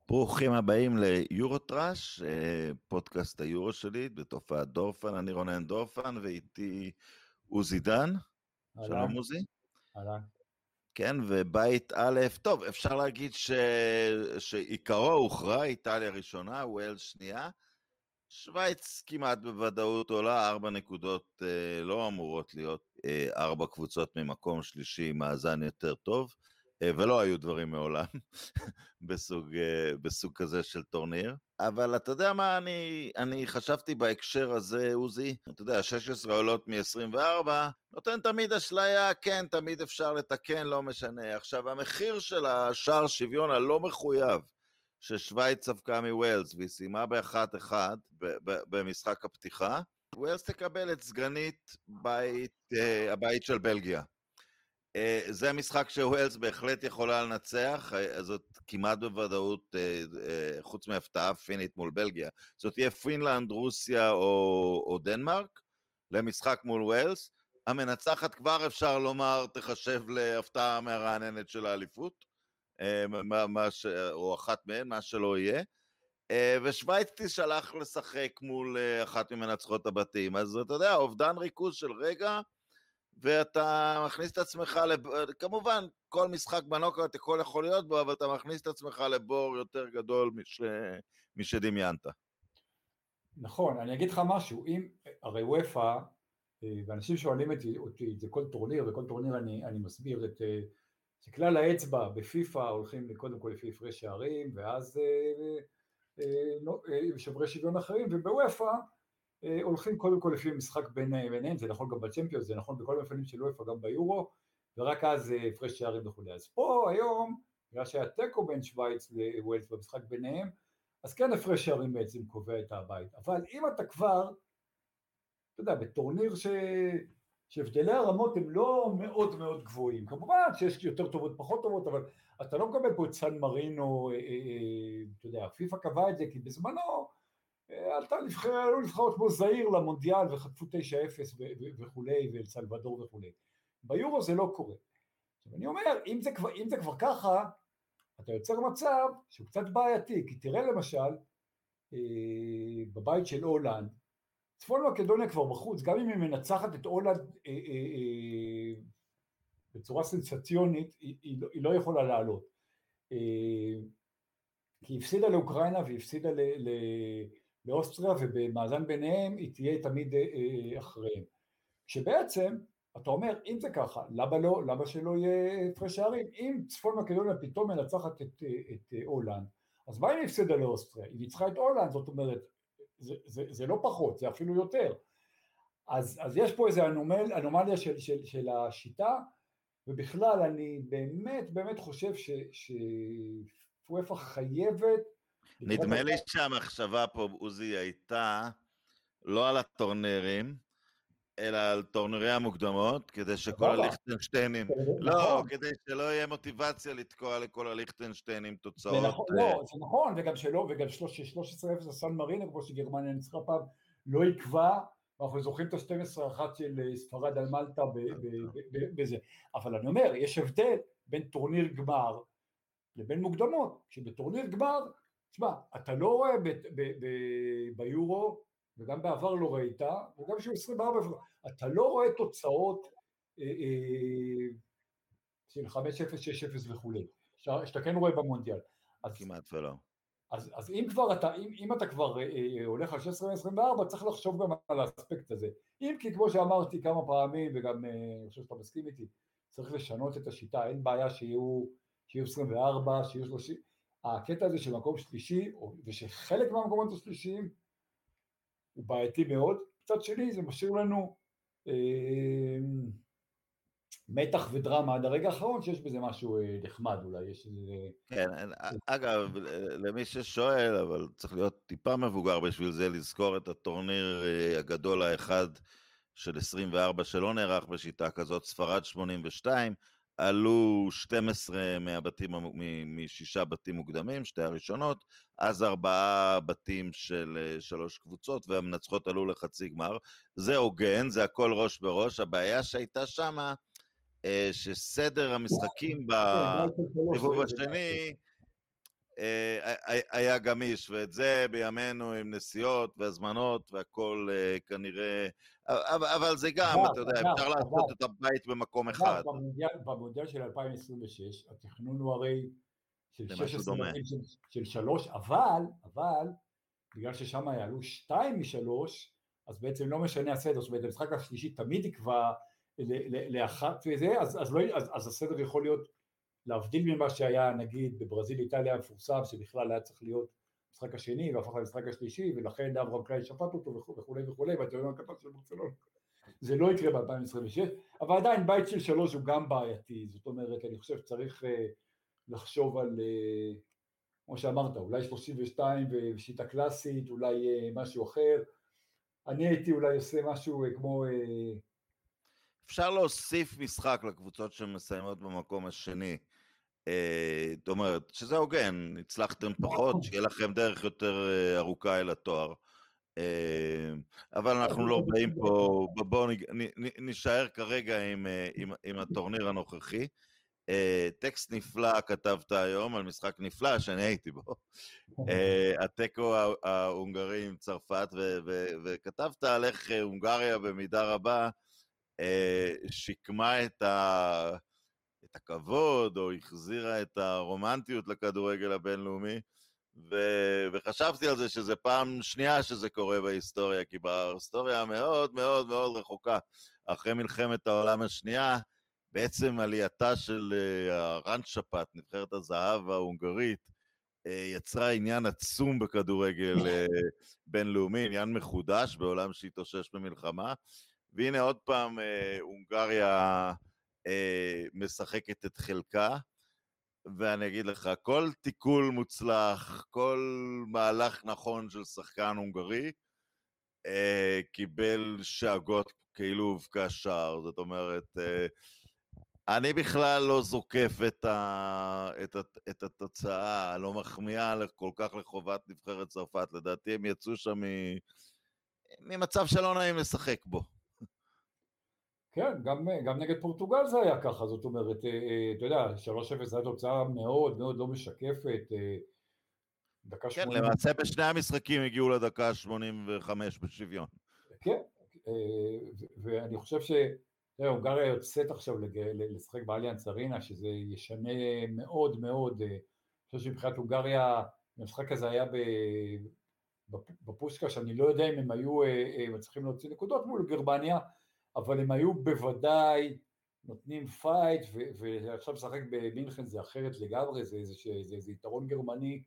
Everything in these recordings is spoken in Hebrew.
ברוכים הבאים ליורוטראש, פודקאסט היורו שלי, בתופעת דורפן. אני רונן דורפן, ואיתי עוזי דן. שלום עוזי. אהלן. כן, ובית א', טוב, אפשר להגיד שעיקרו הוכרע, איטליה ראשונה, ווילס שנייה. שוויץ כמעט בוודאות עולה, 4 נקודות לא אמורות להיות, 4 קבוצות ממקום שלישי, מאזן יותר טוב. ולא היו דברים מעולם בסוג כזה של טורניר, אבל אתה יודע מה, אני חשבתי בהקשר הזה, עוזי, אתה יודע, 16 עולות מ-24, נותן תמיד אשליה, כן, תמיד אפשר לתקן, לא משנה. עכשיו, המחיר של השער שוויון הלא מחויב, ששוויץ ספקה מווילס, והיא סיימה ב-1-1 במשחק הפתיחה, ווילס תקבל את סגנית הבית של בלגיה. זה המשחק שווילס בהחלט יכולה לנצח, זאת כמעט בוודאות, חוץ מהפתעה פינית מול בלגיה, זאת תהיה פינלנד, רוסיה או דנמרק, למשחק מול ווילס. המנצחת כבר אפשר לומר תחשב להפתעה מהרעננת של האליפות, או אחת מהן, מה שלא יהיה, ושוויץ תשלח לשחק מול אחת ממנצחות הבתים. אז אתה יודע, אובדן ריכוז של רגע, ואתה מכניס את עצמך, כמובן, כל משחק בנוקאוט הכל יכול להיות בו, אבל אתה מכניס את עצמך לבור יותר גדול משדמיינת. נכון, אני אגיד לך משהו, הרי וופא, ואנשים שואלים אותי, זה כל טורניר, וכל טורניר אני מסביר שכלל האצבע בפיפא הולכים קודם כל לפי הפרש שערים, ואז שברי שוויון אחרים, ובוופא, הולכים קודם כל לפי משחק ביניהם, זה נכון גם בצ'מפיונס, זה נכון בכל המפעלים של וופא, גם ביורו, ורק אז הפרש שערים וכו'. אז פה היום, בגלל שהיה טקו בין שוויץ לווילס במשחק ביניהם, אז כן הפרש שערים בעצם קובע את הבית. אבל אם אתה כבר, אתה יודע, בטורניר שהבדלי הרמות הם לא מאוד מאוד גבוהים, כמובן שיש יותר טובות פחות טובות, אבל אתה לא מקבל פה את סן מרינו, אתה יודע, פיפא קבע את זה, כי בזמנו, עלו נבחרות כמו זעיר למונדיאל וחטפו 9-0 וכולי, ואל סלבדור וכולי. ביורו זה לא קורה. עכשיו אני אומר, אם זה כבר ככה, אתה יוצר מצב שהוא קצת בעייתי, כי תראה למשל, בבית של הולנד, צפון מקדוניה כבר בחוץ, גם אם היא מנצחת את הולנד בצורה סנסציונית, היא לא יכולה לעלות. כי היא הפסידה לאוקראינה והיא הפסידה לאוסטריה, ובמאזן ביניהם היא תהיה תמיד אחריהם. שבעצם, אתה אומר, אם זה ככה, למה שלא יהיה הפרש שערים? אם צפון מקדוניה פתאום מנצחת את הולנד, אז מה היא הפסידה לאוסטריה? היא ניצחה את הולנד, זאת אומרת, זה לא פחות, זה אפילו יותר. אז יש פה איזו אנומליה של השיטה, ובכלל אני באמת חושב שוופא חייבת, נדמה לי שהמחשבה פה, עוזי, הייתה לא על הטורנירים, אלא על טורנירי המוקדמות, כדי שכל הליכטנשטיינים, לא, כדי שלא יהיה מוטיבציה לתקוע לכל הליכטנשטיינים תוצאות. לא, זה נכון, וגם 13-0 סן מרינו, כמו שגרמניה ניצחה פעם, לא יקבע, ואנחנו זוכרים את ה-12-1 של ספרד על מלטה בזה. אבל אני אומר, יש הבדל בין טורניר גמר לבין מוקדמות, שבטורניר גמר, תשמע, אתה לא רואה ביורו, וגם בעבר לא ראית, וגם שהוא 24, אתה לא רואה תוצאות של 5-0, 6-0 וכו', שאתה כן רואה במונדיאל. כמעט ולא. אז אם אתה כבר הולך על 16-24, צריך לחשוב גם על האספקט הזה. אם כי כמו שאמרתי כמה פעמים, וגם אני חושב שאתה מסכים איתי, צריך לשנות את השיטה, אין בעיה שיהיו 24, שיהיו 30, הקטע הזה של מקום שלישי, ושחלק מהמקומות השלישיים, הוא בעייתי מאוד, קצת שני, זה משאיר לנו מתח ודרמה עד הרגע האחרון, שיש בזה משהו נחמד אולי, יש איזה... כן, אגב, למי ששואל, אבל צריך להיות טיפה מבוגר בשביל זה, לזכור את הטורניר הגדול האחד של 24, שלא נערך בשיטה כזאת, ספרד 82, עלו 12 מהבתים, מ6 בתים מוקדמים, 2 הראשונות, אז 4 בתים של 3 קבוצות, והמנצחות עלו לחצי גמר. זה הוגן, זה הכל ראש בראש. הבעיה שהייתה שמה, שסדר המשחקים בסיבוב השני, היה גמיש, ואת זה בימינו עם נסיעות והזמנות והכל כנראה, אבל זה גם, אתה יודע, אפשר לעשות את הבית במקום אחד. במודל של 2026, התכנון הוא הרי של 16 בתים של 3, אבל, בגלל ששם יעלו 2 מ-3, אז בעצם לא משנה הסדר, זאת אומרת, המשחק השלישי תמיד יקבע לאחת וזה, אז הסדר יכול להיות, להבדיל ממה שהיה, נגיד, בברזיל, איטליה המפורסם, שבכלל היה צריך להיות המשחק השני, והפך למשחק השלישי, ולכן אברהם קליין שפט אותו וכולי, ואתה יודע מה הקטן של ברצלונה. זה לא יקרה ב-2026, אבל עדיין בית של 3 הוא גם בעייתי, זאת אומרת, אני חושב שצריך לחשוב על, כמו שאמרת, אולי 32 ושיטה קלאסית, אולי משהו אחר. אני הייתי אולי עושה משהו כמו... אפשר להוסיף משחק לקבוצות שמסיימות במקום השני. זאת אומרת, שזה הוגן, הצלחתם פחות, שיהיה לכם דרך יותר ארוכה אל התואר. אבל אנחנו לא באים פה, בואו נשאר כרגע עם הטורניר הנוכחי. טקסט נפלא כתבת היום על משחק נפלא שאני הייתי בו. הטקו ההונגרי עם צרפת, וכתבת על איך הונגריה במידה רבה שיקמה את הכבוד, או החזירה את הרומנטיות לכדורגל הבינלאומי, וחשבתי על זה שזה פעם שנייה שזה קורה בהיסטוריה, כי בהיסטוריה מאוד מאוד מאוד רחוקה, אחרי מלחמת העולם השנייה, בעצם עלייתה של הרנצ'פט, נבחרת הזהב ההונגרית, יצרה עניין עצום בכדורגל בינלאומי, עניין מחודש בעולם שהתאושש במלחמה, והנה עוד פעם הונגריה משחקת את חלקה, ואני אגיד לך, כל תיקול מוצלח, כל מהלך נכון של שחקן הונגרי, קיבל שאגות כאילו הובקע שער, זאת אומרת, אני בכלל לא זוקף את התוצאה, לא מחמיאה כל כך לחובת נבחרת צרפת, לדעתי הם יצאו שם ממצב שלא נעים לשחק בו. כן, גם נגד פורטוגל זה היה ככה, זאת אומרת, אתה יודע, 3-0 זה תוצאה מאוד מאוד לא משקפת, דקה 80. כן, למעשה בשני המשחקים הגיעו לדקה 85 בשוויון. כן, ואני חושב הונגריה יוצאת עכשיו לשחק באליאנס ארינה, שזה ישנה מאוד מאוד, אני חושב שמבחינת הונגריה, המשחק הזה היה בפושקה, שאני לא יודע אם הם היו מצליחים להוציא נקודות מול גרמניה, אבל הם היו בוודאי נותנים פייט, ועכשיו לשחק במינכן זה אחרת לגמרי, זה איזה יתרון גרמני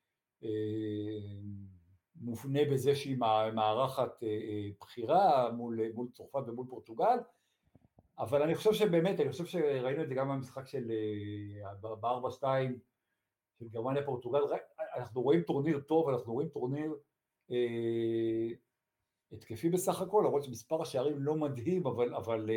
מופנה בזה שהיא מערכת בחירה מול צרפת ומול פורטוגל, אבל אני חושב שבאמת, אני חושב שראינו את זה גם במשחק של ב-4-2 של גרמניה פורטוגל, אנחנו רואים טורניר טוב, אנחנו רואים טורניר התקפי בסך הכל, למרות שמספר השערים לא מדהים, אבל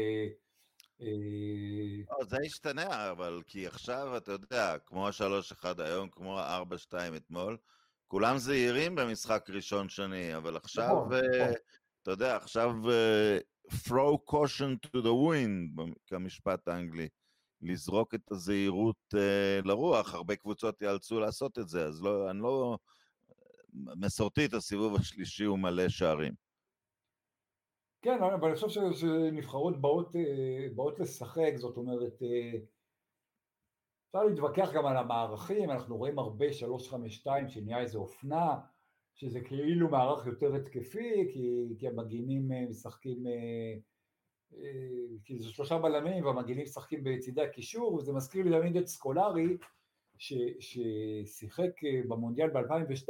זה ישתנה, אבל כי עכשיו, אתה יודע, כמו ה-3-1 היום, כמו ה-4-2 אתמול, כולם זהירים במשחק ראשון שני, אבל עכשיו, אתה יודע, עכשיו throw caution to the wind, כמשפט האנגלי, לזרוק את הזהירות לרוח, הרבה קבוצות יאלצו לעשות את זה, אז אני לא, מסורתית, הסיבוב השלישי הוא מלא שערים. כן, אבל אני חושב שנבחרות באות לשחק, זאת אומרת, אפשר להתווכח גם על המערכים, אנחנו רואים הרבה 3-5-2 שנהיה איזו אופנה, שזה כאילו מערך יותר התקפי, כי המגינים משחקים, כי זה 3 בלמים, והמגינים משחקים בצדי הקישור, וזה מזכיר לי תמיד את סקולרי, ששיחק במונדיאל ב-2002,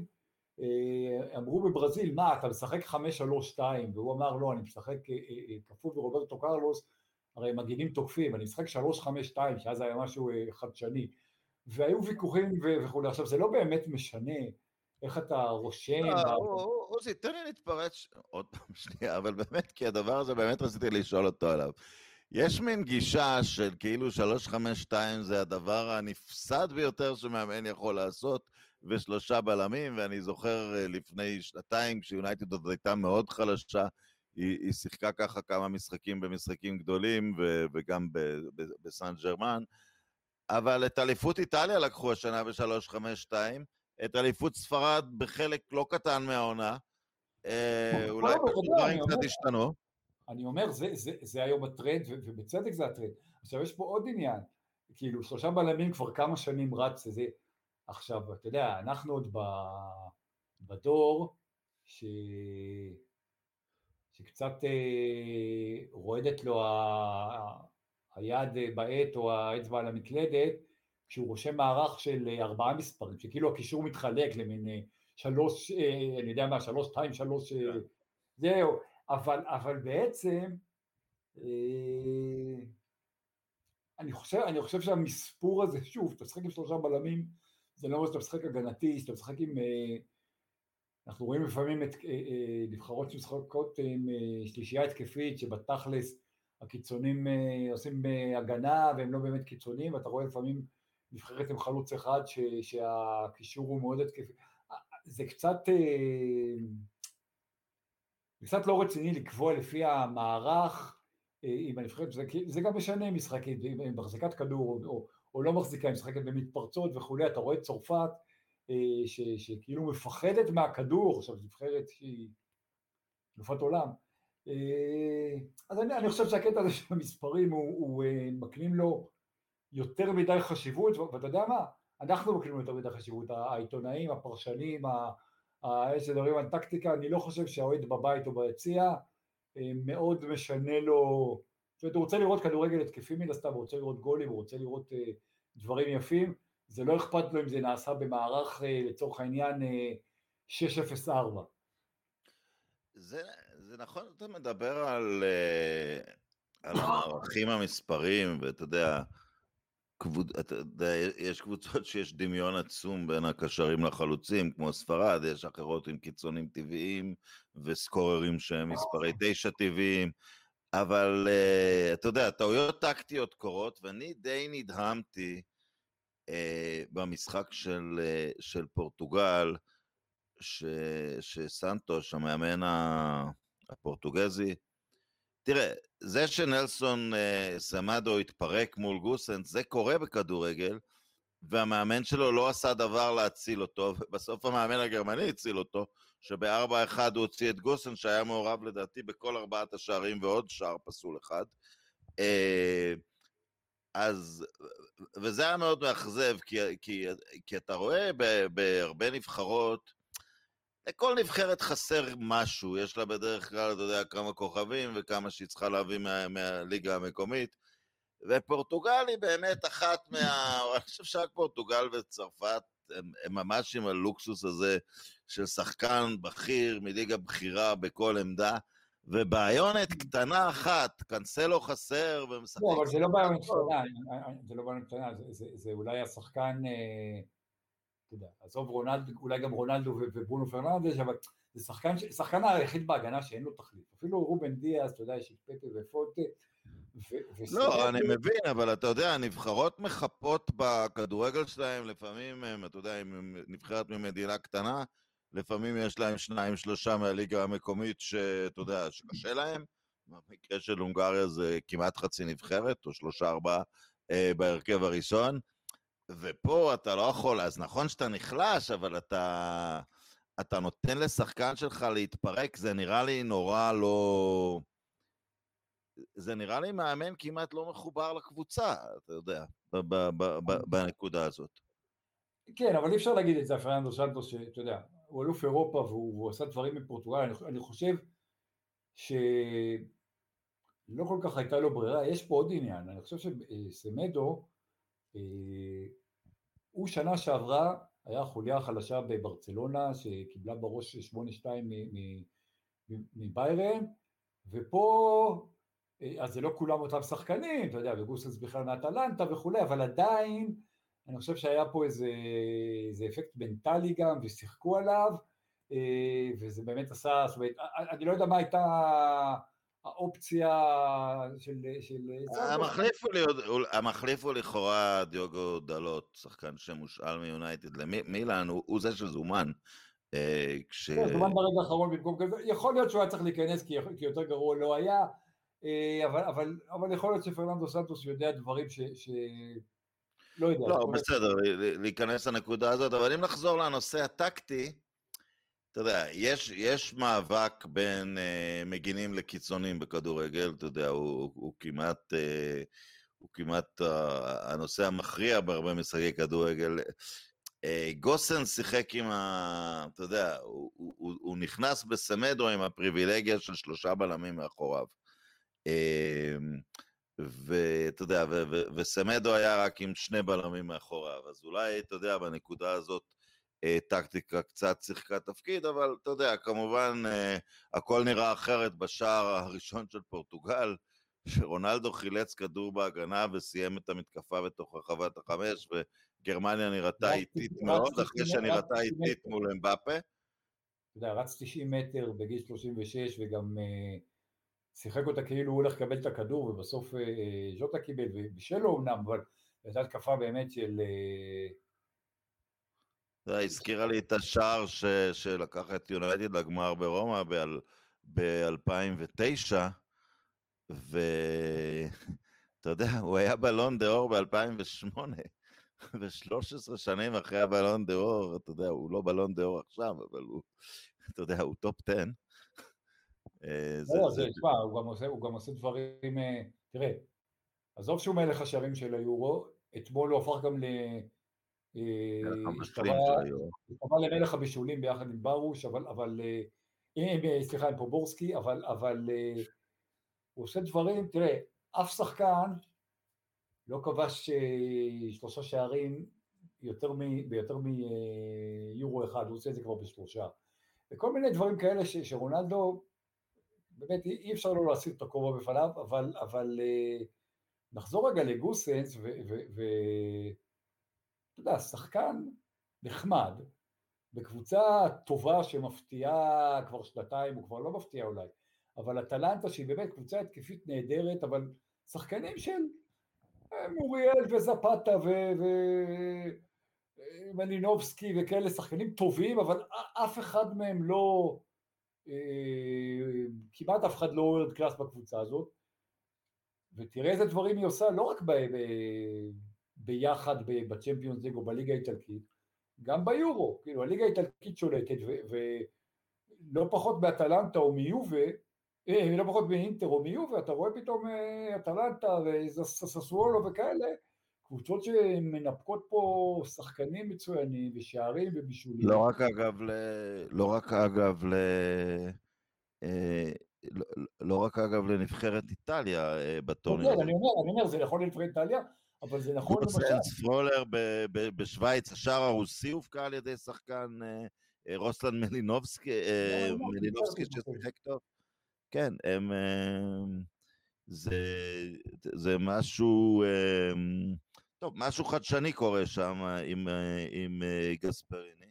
אמרו בברזיל, מה, אתה משחק 5-3-2, והוא אמר, לא, אני משחק כפול ורוברטו קרלוס, הרי מגינים תוקפים, אני משחק 3-5-2, שאז היה משהו חדשני, והיו ויכוחים וכו', עכשיו זה לא באמת משנה, איך אתה רושם... עוזי, תן לי להתפרץ עוד פעם שנייה, אבל באמת, כי הדבר הזה באמת רציתי לשאול אותו עליו. יש מין גישה של כאילו 3-5-2 זה הדבר הנפסד ביותר שמאמן יכול לעשות, ו3 בלמים, ואני זוכר לפני שנתיים, כשיונייטד עוד הייתה מאוד חלשה, היא שיחקה ככה כמה משחקים במשחקים גדולים, וגם בסן ג'רמן, אבל את אליפות איטליה לקחו השנה ב-3-5-2, את אליפות ספרד בחלק לא קטן מהעונה, אולי פשוט דברים קצת השתנו. אני אומר, זה היום הטרנד, ובצדק זה הטרנד. עכשיו, יש פה עוד עניין, כאילו, 3 בלמים כבר כמה שנים רץ, זה... עכשיו, אתה יודע, אנחנו עוד בדור, שקצת רועדת לו היד בעט או האצבע על המקלדת, כשהוא רושם מערך של 4 מספרים, שכאילו הקישור מתחלק למין 3, אני יודע מה, 3, 2, 3, זהו, אבל בעצם, אני חושב שהמספור הזה, שוב, אתה משחק עם 3 בלמים, זה לא אומר שאתה משחק הגנתי, שאתה משחק עם, אנחנו רואים לפעמים את נבחרות שמשחקות עם שלישייה התקפית, שבתכלס הקיצונים עושים הגנה, והם לא באמת קיצונים, ואתה רואה לפעמים נבחרת עם חלוץ אחד, שהקישור הוא מאוד התקפי. זה קצת לא רציני לקבוע לפי המערך, עם הנבחרת, זה גם משנה משחקית, עם מחזיקת כדור, או לא מחזיקה, עם משחקת במתפרצות וכולי, אתה רואה את צרפת, שכאילו מפחדת מהכדור, עכשיו זו נבחרת שהיא אלופת עולם, אז אני חושב שהקטע הזה של המספרים, הוא מקנים לו יותר מדי חשיבות, ואתה יודע מה? אנחנו מקנים לו יותר מדי חשיבות, העיתונאים, הפרשנים, שדברים על טקטיקה, אני לא חושב שהאוהד בבית או ביציע, מאוד משנה לו, זאת אומרת, הוא רוצה לראות כדורגל התקפי מן הסתם, הוא רוצה לראות גולים, הוא רוצה לראות דברים יפים, זה לא אכפת לו אם זה נעשה במערך, לצורך העניין, 6-0-4. זה נכון, אתה מדבר על המערכים המספרים, ואתה יודע, יש קבוצות שיש דמיון עצום בין הקשרים לחלוצים, כמו ספרד, יש אחרות עם קיצונים טבעיים, וסקוררים שהם מספרי 9 טבעיים, אבל אתה יודע, טעויות טקטיות קורות, ואני די נדהמתי במשחק של פורטוגל, שסנטוש, המאמן הפורטוגזי, תראה, זה שנלסון סמדו התפרק מול גוסנס, זה קורה בכדורגל, והמאמן שלו לא עשה דבר להציל אותו, ובסוף המאמן הגרמני הציל אותו, שב-4-1 הוא הוציא את גוסנס, שהיה מעורב לדעתי בכל 4 השערים, ועוד שער פסול אחד. אז, וזה היה מאוד מאכזב, כי אתה רואה בהרבה נבחרות, לכל נבחרת חסר משהו, יש לה בדרך כלל, אתה יודע, כמה כוכבים וכמה שהיא צריכה להביא מהליגה המקומית, ופורטוגל היא באמת אחת אני חושב שרק פורטוגל וצרפת, הם ממש עם הלוקסוס הזה של שחקן בכיר מליגה בכירה בכל עמדה, ובעיונת קטנה אחת, קנסלו חסר ומשחק. לא, אבל זה לא בעיונת קטנה, זה לא בעיונת קטנה, זה אולי השחקן, אתה יודע, עזוב רונלדו, אולי גם רונלדו וברונו פרננדש, אבל זה שחקן היחיד בהגנה שאין לו תחליף. אפילו רובן דיאס, אתה יודע, יש את פפה ופוטה. לא, אני מבין, אבל אתה יודע, הנבחרות מחפות בכדורגל שלהם, לפעמים הם, אתה יודע, אם נבחרת ממדינה קטנה, לפעמים יש להם 2-3 מהליגה המקומית שאתה יודע, שקשה להם. במקרה של הונגריה זה כמעט חצי נבחרת, או 3-4 בהרכב הראשון. ופה אתה לא יכול, אז נכון שאתה נחלש, אבל אתה נותן לשחקן שלך להתפרק, זה נראה לי נורא לא... זה נראה לי מאמן כמעט לא מחובר לקבוצה, אתה יודע, בנקודה הזאת. כן, אבל אי אפשר להגיד את זה, פרננדו סנטוס, שאתה יודע, הוא אלוף אירופה והוא עשה דברים בפורטוגל, אני חושב שלא כל כך הייתה לו ברירה, יש פה עוד עניין, אני חושב שסמדו, הוא שנה שעברה, היה חוליה חלשה בברצלונה, שקיבלה בראש 8-2 מביירן, ופה, אז זה לא כולם אותם שחקנים, אתה יודע, וגוסנס בכלל מאטלנטה וכולי, אבל עדיין, אני חושב שהיה פה איזה אפקט מנטלי גם, ושיחקו עליו, וזה באמת עשה, זאת אומרת, אני לא יודע מה הייתה האופציה של המחליף הוא לכאורה דיוגו דלות, שחקן שמושאל מיונייטד למילאן, הוא זה שזומן. זומן ברגע האחרון במקום כזה, יכול להיות שהוא היה צריך להיכנס כי יותר גרוע לא היה, אבל יכול להיות שפרננדו סנטוס יודע דברים לא יודע. לא, בסדר, להיכנס לנקודה הזאת, אבל אם נחזור לנושא הטקטי, אתה יודע, יש מאבק בין מגינים לקיצונים בכדורגל, אתה יודע, הוא כמעט הנושא המכריע בהרבה משחקי כדורגל. גוסן שיחק עם אתה יודע, הוא נכנס בסמדו עם הפריבילגיה של 3 בלמים מאחוריו. ואתה יודע, וסמדו היה רק עם 2 בלמים מאחוריו, אז אולי, אתה יודע, בנקודה הזאת, טקטיקה קצת שיחקה תפקיד, אבל אתה יודע, כמובן, הכל נראה אחרת בשער הראשון של פורטוגל, שרונלדו חילץ כדור בהגנה וסיים את המתקפה בתוך רחבת ה5, וגרמניה נראתה איטית מאוד, אחרי שנראתה איטית מול אמבפה. אתה יודע, רץ 90 מטר בגיל 36, וגם שיחק אותה כאילו הוא הולך לקבל את הכדור, ובסוף ז'וטה קיבל, ובשלו אמנם, אבל הייתה התקפה באמת של... זה הזכירה לי את השער שלקח את יונייטד לגמר ברומא ב-2009, ואתה יודע, הוא היה בלון ד'אור ב-2008, ו13 שנים אחרי הבלון ד'אור, אתה יודע, הוא לא בלון ד'אור עכשיו, אבל הוא, אתה יודע, הוא טופ 10. הוא גם עושה דברים, תראה, עזוב שהוא מלך השערים של היורו, אתמול הוא הפך גם השתווה למלך הבישולים ביחד עם ברוש, סליחה, עם פובורסקי, אבל הוא עושה דברים, תראה, אף שחקן לא כבש 3 שערים ביותר מיורו אחד, הוא עושה את זה כבר ב3, וכל מיני דברים כאלה שרונלדו, באמת אי אפשר לא להסיר את הכובע בפניו, אבל נחזור רגע לגוסנס, אתה יודע, שחקן נחמד, בקבוצה טובה שמפתיעה כבר 2, הוא כבר לא מפתיע אולי, אבל אטלנטה שהיא באמת קבוצה התקפית נהדרת, אבל שחקנים של מוריאל וזפטה ומלינובסקי וכאלה, שחקנים טובים, אבל אף אחד מהם לא, כמעט אף אחד לא וורד קלאס בקבוצה הזאת, ותראה איזה דברים היא עושה, לא רק ביחד בצ'מפיונס ליג או בליגה האיטלקית, גם ביורו, כאילו הליגה האיטלקית שולטת, ולא פחות באטלנטה או מיובה, לא פחות באינטר או מיובה, אתה רואה פתאום אטלנטה וססוולו וכאלה, קבוצות שמנפקות פה שחקנים מצוינים ושערים ובישולים. לא רק אגב לנבחרת איטליה בטורניר הזה. אני אומר, זה נכון לנבחרת איטליה, אבל זה נכון גוסנס פרולר בשוויץ, השער הרוסי הובקע על ידי שחקן רוסלן מלינובסקי ששיחק טוב. כן, זה משהו, טוב, משהו חדשני קורה שם עם גספריני.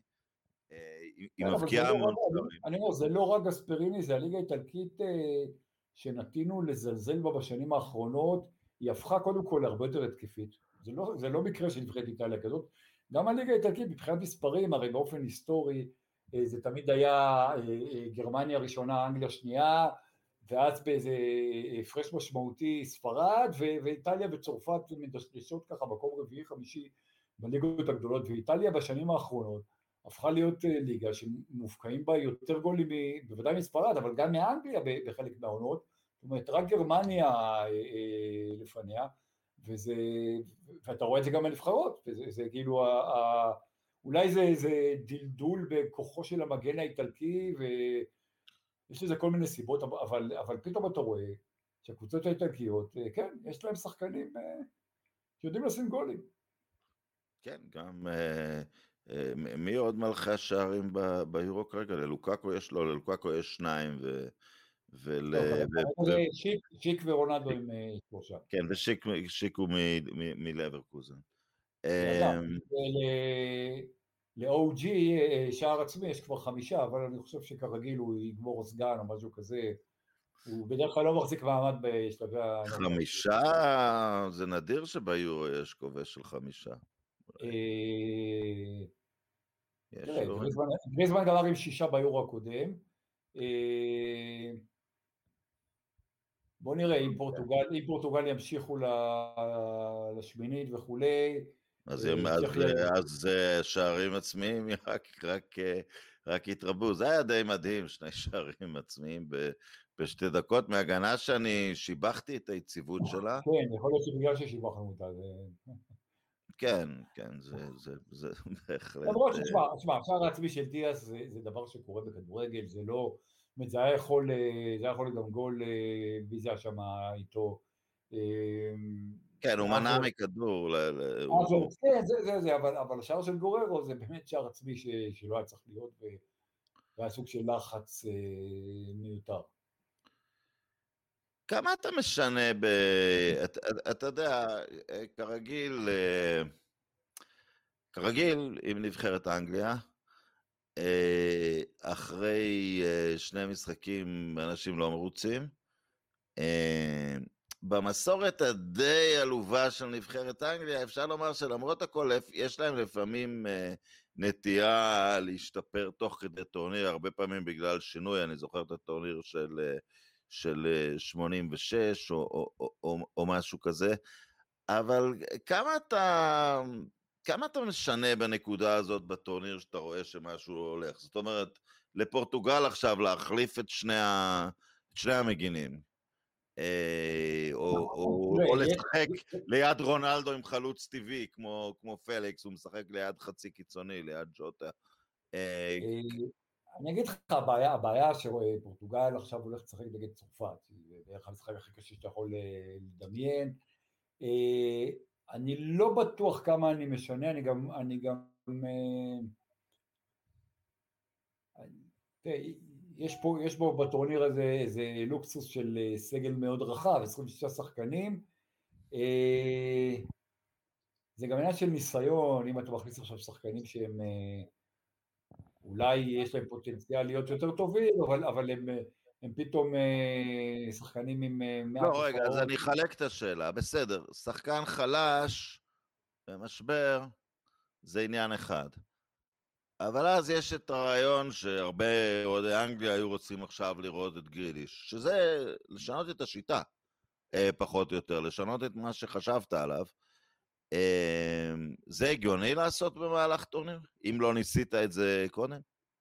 אני אומר, זה לא רק גספריני, זה הליגה האיטלקית שנטינו לזלזל בה בשנים האחרונות, היא הפכה קודם כל הרבה יותר התקפית. זה לא מקרה של נבחרת איטליה כזאת. גם הליגה האיטלקית, מבחינת מספרים, הרי באופן היסטורי, זה תמיד היה גרמניה ראשונה, אנגליה שנייה, ואז באיזה הפרש משמעותי ספרד, ואיטליה וצרפת מדשדשות ככה מקום רביעי, חמישי בליגות הגדולות, ואיטליה בשנים האחרונות הפכה להיות ליגה שמופקעים בה יותר גולים, בוודאי מספרד, אבל גם מאנגליה בחלק מהעונות, זאת אומרת, רק גרמניה לפניה, ואתה רואה את זה גם בנבחרות, וזה כאילו, אולי זה דלדול בכוחו של המגן האיטלקי, ויש לזה כל מיני סיבות, אבל פתאום אתה רואה שהקבוצות האיטלקיות, כן, יש להם שחקנים שיודעים לשים גולים. כן, גם מי עוד מלכי השערים ביורו כרגע? ללוקאקו יש 2, שיק ורונלדו עם 3. כן, ושיק הוא מלברקוזן. ל-OG שער עצמי יש כבר 5, אבל אני חושב שכרגיל הוא יגמור סגן או משהו כזה, הוא בדרך כלל לא מחזיק מעמד בשלבי 5? זה נדיר שביורו יש כובש של 5. גריזמן גמר עם 6 ביורו הקודם, בוא נראה אם פורטוגל ימשיכו לשמינית וכולי, אז שערים עצמיים רק התרבו. זה היה די מדהים, 2 שערים עצמיים בשתי דקות, מהגנה שאני שיבחתי את היציבות שלה. כן, יכול להיות שבגלל ששיבחנו אותה. כן, זה בהחלט. למרות שתשמע, השער העצמי של דיאס זה דבר שקורה בכדורגל, זה לא, זאת אומרת, זה היה יכול להיות גם גול, מי זה היה שם איתו. כן, הוא מנע מכדור. כן, זה, אבל השער של גוררו זה באמת שער עצמי שלא היה צריך להיות, והיה סוג של לחץ מיותר. כמה אתה משנה אתה יודע, כרגיל עם נבחרת אנגליה, אחרי 2 משחקים אנשים לא מרוצים, במסורת הדי עלובה של נבחרת אנגליה, אפשר לומר שלמרות הכל, יש להם לפעמים נטייה להשתפר תוך כדי טורניר, הרבה פעמים בגלל שינוי, אני זוכר את הטורניר של 86 או משהו כזה, אבל כמה אתה משנה בנקודה הזאת בטורניר שאתה רואה שמשהו הולך? זאת אומרת, לפורטוגל עכשיו להחליף את שני המגינים, או לשחק ליד רונלדו עם חלוץ טבעי, כמו פליקס, הוא משחק ליד חצי קיצוני, ליד ג'וטה. אני אגיד לך, הבעיה שפורטוגל עכשיו הולך לשחק נגד צרפת, זה בערך המשחק הכי קשה שאתה יכול לדמיין. אני לא בטוח כמה אני משנה, יש פה בטורניר הזה איזה לוקסוס של סגל מאוד רחב, 26 שחקנים, זה גם עניין של ניסיון, אם אתה מכניס עכשיו שחקנים שהם אולי יש להם פוטנציאל להיות יותר טובים, אבל הם פתאום שחקנים עם מעט... לא, רגע, אז אני אחלק את השאלה, בסדר, שחקן חלש במשבר זה עניין אחד, אבל אז יש את הרעיון שהרבה אוהדי אנגליה היו רוצים עכשיו לראות את גריליש, שזה לשנות את השיטה, פחות או יותר, לשנות את מה שחשבת עליו. זה הגיוני לעשות במהלך טורניר? אם לא ניסית את זה קודם?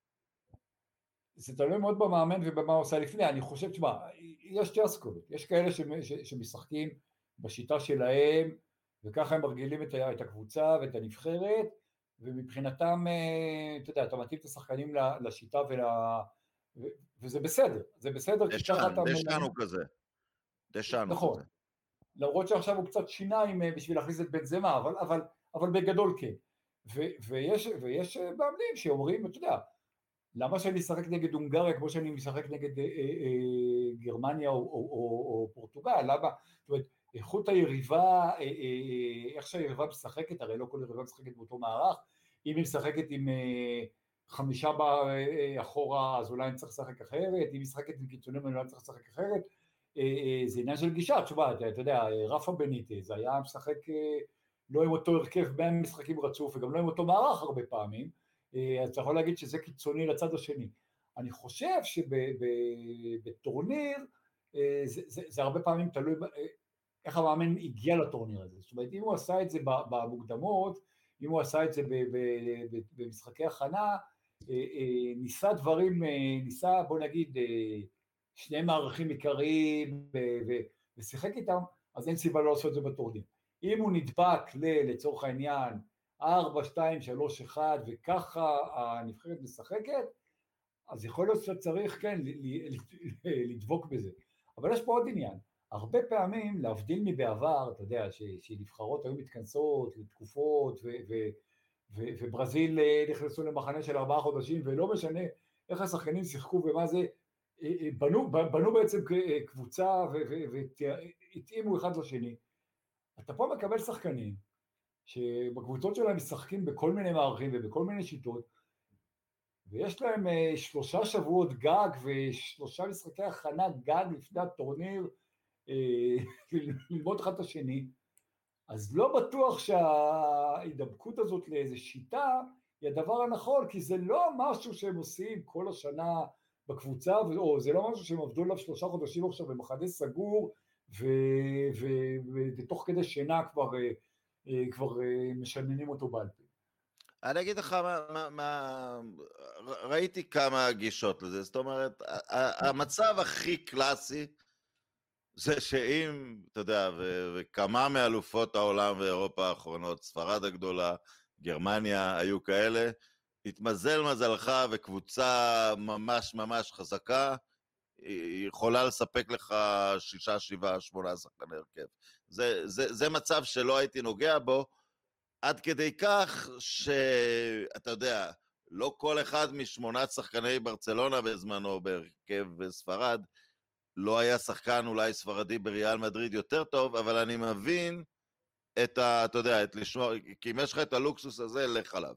זה תלוי מאוד במאמן ובמה הוא עושה לפני. אני חושב, תשמע, יש שתי אסכולות, יש כאלה שמשחקים בשיטה שלהם, וככה הם מרגילים את הקבוצה ואת הנבחרת, ומבחינתם, אתה יודע, אתה מתאים את השחקנים לשיטה וזה בסדר, זה בסדר. דשנו כזה. נכון. למרות שעכשיו הוא קצת שיניים בשביל להכניס את בנזמה, אבל בגדול כן. ויש מאמנים שאומרים, אתה יודע, למה שאני אשחק נגד הונגריה כמו שאני משחק נגד גרמניה או פורטוגל? למה? זאת אומרת, איכות היריבה, איך שהיריבה משחקת, הרי לא כל יריבה משחקת באותו מערך, אם היא משחקת עם 5 אחורה, אז אולי אני צריך לשחק אחרת, אם היא משחקת עם קיצונים, אני לא צריך לשחק אחרת, זה עניין של גישה. תשובה, אתה יודע, רפה בניטז היה משחק לא עם אותו הרכב 100 משחקים רצוף, וגם לא עם אותו מערך הרבה פעמים, אז אתה יכול להגיד שזה קיצוני לצד השני. אני חושב שבטורניר, זה הרבה פעמים תלוי איך המאמן הגיע לטורניר הזה. זאת אומרת, אם הוא עשה את זה במוקדמות, אם הוא עשה את זה במשחקי הכנה, ניסה, בוא נגיד, 2 מערכים עיקריים ושיחק איתם, אז אין סיבה לא לעשות את זה בטורניר. אם הוא נדבק לצורך העניין 4, 2, 3, 1, וככה הנבחרת משחקת, אז יכול להיות שצריך, כן, לדבוק בזה. אבל יש פה עוד עניין. הרבה פעמים, להבדיל מבעבר, אתה יודע, שנבחרות היו מתכנסות לתקופות, וברזיל נכנסו למחנה של 4 חודשים, ולא משנה איך השחקנים שיחקו ומה זה, בנו בעצם קבוצה והתאימו אחד לשני. אתה פה מקבל שחקנים שבקבוצות שלהם משחקים בכל מיני מערכים ובכל מיני שיטות, ויש להם 3 שבועות גג ו3 משחקי הכנה גג לפני הטורניר, ללמוד אחד את השני. אז לא בטוח שההידבקות הזאת לאיזו שיטה היא הדבר הנכון, כי זה לא משהו שהם עושים כל השנה בקבוצה, או זה לא משהו שהם עבדו עליו 3 חודשים עכשיו במחנה סגור, ותוך כדי שינה כבר כבר משננים אותו בעל פה. אני אגיד לך ראיתי כמה גישות לזה, זאת אומרת, המצב הכי קלאסי, זה שאם, אתה יודע, וכמה מאלופות העולם ואירופה האחרונות, ספרד הגדולה, גרמניה, היו כאלה, התמזל מזלך וקבוצה ממש ממש חזקה, היא יכולה לספק לך 6, 7, 8 שחקני הרכב. זה מצב שלא הייתי נוגע בו, עד כדי כך שאתה יודע, לא כל אחד מ8 שחקני ברצלונה בזמנו בהרכב בספרד, לא היה שחקן אולי ספרדי בריאל מדריד יותר טוב, אבל אני מבין אתה יודע, לשמור, כי אם יש לך את הלוקסוס הזה, לך עליו.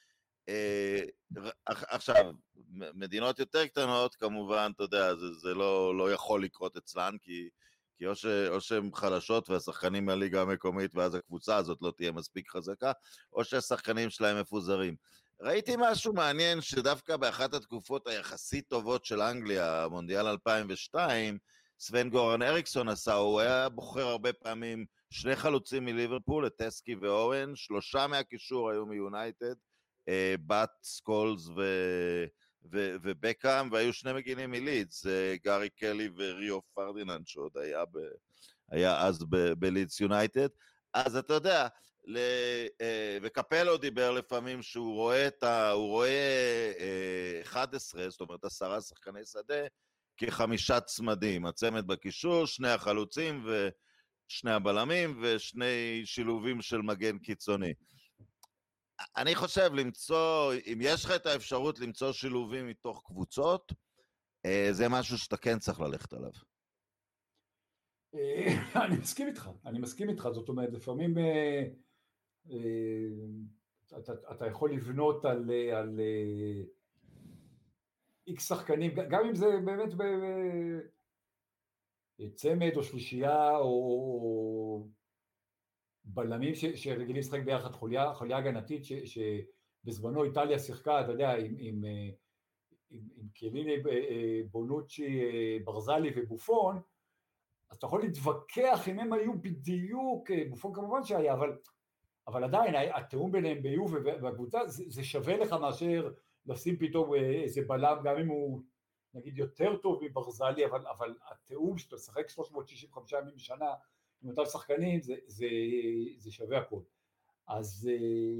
עכשיו, מדינות יותר קטנות, כמובן, אתה יודע, זה לא יכול לקרות אצלן, כי או שהן חלשות והשחקנים מהליגה המקומית, ואז הקבוצה הזאת לא תהיה מספיק חזקה, או שהשחקנים שלהם מפוזרים. ראיתי משהו מעניין שדווקא באחת התקופות היחסית טובות של אנגליה, המונדיאל 2002, סוון גורן אריקסון עשה, הוא היה בוחר הרבה פעמים 2 חלוצים מליברפול, את טסקי ואורן, 3 מהקישור היו מיונייטד, בת, סקולס ובקאם, והיו 2 מגינים מלידס, גארי קלי וריו פרדיננד, שעוד היה אז בלידס יונייטד. אז אתה יודע, וקפלו דיבר לפעמים שהוא רואה 11, זאת אומרת 10 שחקני שדה, כ5 צמדים, הצמד בקישור, 2 החלוצים ו2 הבלמים, ו2 שילובים של מגן קיצוני. אני חושב אם יש לך את האפשרות למצוא שילובים מתוך קבוצות, זה משהו שאתה כן צריך ללכת עליו. אני מסכים איתך, זאת אומרת, לפעמים אתה יכול לבנות על איקס שחקנים, גם אם זה באמת צמד או שלישייה או בלמים שרגילים לשחק ביחד, חוליה הגנתית שבזמנו איטליה שיחקה, אתה יודע, עם קיליני, בונוצ'י, ברזלי ובופון, אז אתה יכול להתווכח אם הם היו בדיוק, בופון כמובן שהיה, אבל עדיין התאום ביניהם ביוב ובקבוצה, זה שווה לך מאשר לשים פתאום איזה בלם, גם אם הוא נגיד יותר טוב מברזלי, אבל התאום שאתה שחק 365 ימים בשנה, עם אותם שחקנים, זה שווה הכל. אז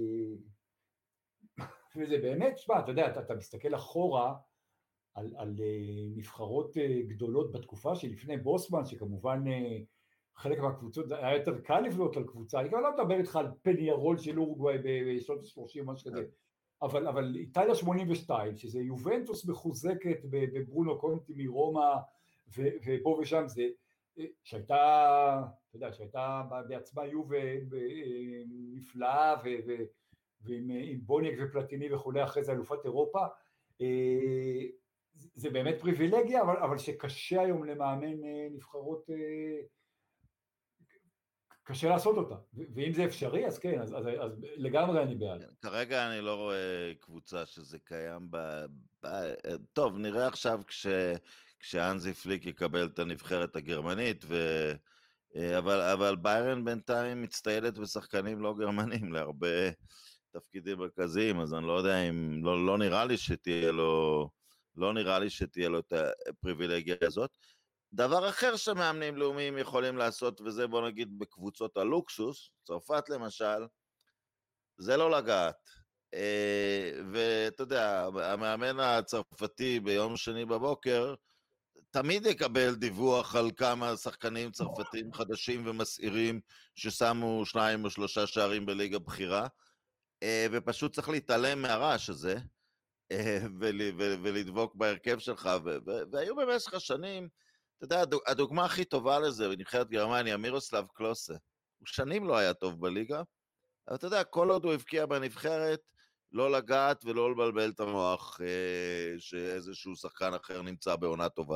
וזה באמת, שמה, אתה יודע, אתה מסתכל אחורה על נבחרות גדולות בתקופה שלפני בוסמן, שכמובן חלק מהקבוצות, היה יותר קל לבנות על קבוצה, אני גם לא מדבר איתך על פניירול של אורוגוואי בשנות ה-30, משהו כזה, אבל איטליה 82, שזה יובנטוס מחוזקת בברונו קונטי מרומא, ופה ושם זה, שהייתה, אתה יודע, שהייתה בעצמה יובה נפלאה, ועם בוניק ופלטיני וכולי, אחרי זה אלופת אירופה, זה באמת פריבילגיה, אבל שקשה היום למאמן נבחרות, קשה לעשות אותה, ואם זה אפשרי, אז כן, אז לגמרי אני בעד. כרגע אני לא רואה קבוצה שזה קיים טוב, נראה עכשיו כשאנזי פליק יקבל את הנבחרת הגרמנית, אבל ביירן בינתיים מצטיידת בשחקנים לא גרמנים, להרבה תפקידים מרכזיים, אז אני לא יודע אם, לא נראה לי שתהיה לו את הפריבילגיה הזאת. דבר אחר שמאמנים לאומיים יכולים לעשות, וזה בוא נגיד בקבוצות הלוקסוס, צרפת למשל, זה לא לגעת. ואתה יודע, המאמן הצרפתי ביום שני בבוקר, תמיד יקבל דיווח על כמה שחקנים צרפתים חדשים ומסעירים, ששמו 2 או 3 שערים בליגה בחירה, ופשוט צריך להתעלם מהרעש הזה, ולדבוק בהרכב שלך, והיו במשך השנים, אתה יודע, הדוגמה הכי טובה לזה, בנבחרת גרמניה, מירוסלב קלוסה, הוא שנים לא היה טוב בליגה, אבל אתה יודע, כל עוד הוא הבקיע בנבחרת, לא לגעת ולא לבלבל את המוח, שאיזשהו שחקן אחר נמצא בעונה טובה.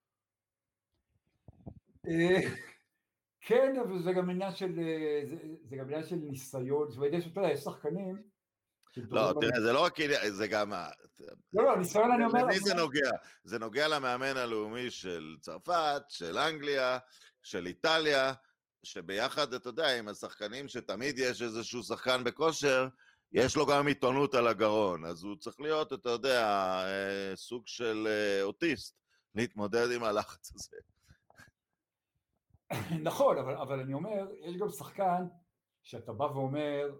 כן, אבל זה גם עניין של ניסיון, זאת אומרת, אתה יודע, יש שחקנים, לא, תראה, זה לא רק, זה גם, לא, ניסיון אני אומר, למי זה נוגע? זה נוגע למאמן הלאומי של צרפת, של אנגליה, של איטליה, שביחד, אתה יודע, עם השחקנים שתמיד יש איזשהו שחקן בכושר, יש לו גם עיתונות על הגרון, אז הוא צריך להיות, אתה יודע, סוג של אוטיסט, להתמודד עם הלחץ הזה. נכון, אבל אני אומר, יש גם שחקן שאתה בא ואומר,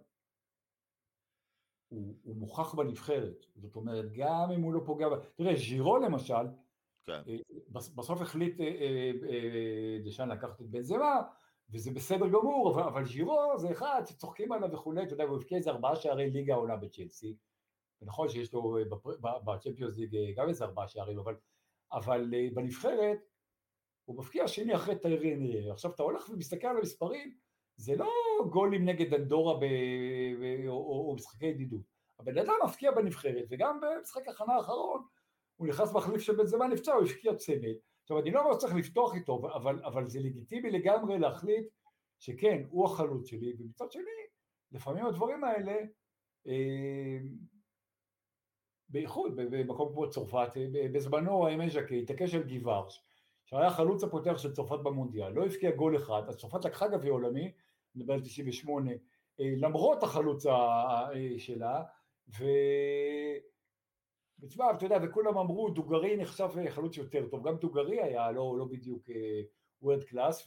הוא מוכח בנבחרת, זאת אומרת, גם אם הוא לא פוגע, תראה, ז'ירו למשל, כן. בסוף החליט דשאן לקחת את בנזמה, וזה בסדר גמור, אבל ז'ירו זה אחד שצוחקים עליו וכולי, אתה יודע, הוא הבקיע איזה 4 שערי ליגה העונה בצ'לסי, ונכון שיש לו בצ'מפיונס ליג גם איזה 4 שערים, אבל בנבחרת, הוא מבקיע שני אחרי טיירי אנרי. עכשיו אתה הולך ומסתכל על המספרים, זה לא גולים נגד אנדורה או משחקי ידידות. הבן אדם מפקיע בנבחרת, וגם במשחק הכנה האחרון, הוא נכנס מחליף שבנזמה נפצע, הוא הפקיע צמד. עכשיו אני לא אומר שצריך לפתוח איתו, אבל זה לגיטימי לגמרי להחליט שכן, הוא החלוץ שלי, ומצד שני, לפעמים הדברים האלה, בייחוד במקום כמו צרפת, בזמנו האמן ז'קי, התעקש על גיוורש, שהיה חלוץ הפותח של צרפת במונדיאל, לא הפקיע גול אחד, אז צרפת לקחה גביע עולמי, מדבר על 98, למרות החלוץ שלה, ותשמע, אתה יודע, וכולם אמרו, דוגרי נחשב חלוץ יותר טוב, גם דוגרי היה לא בדיוק וורד קלאס,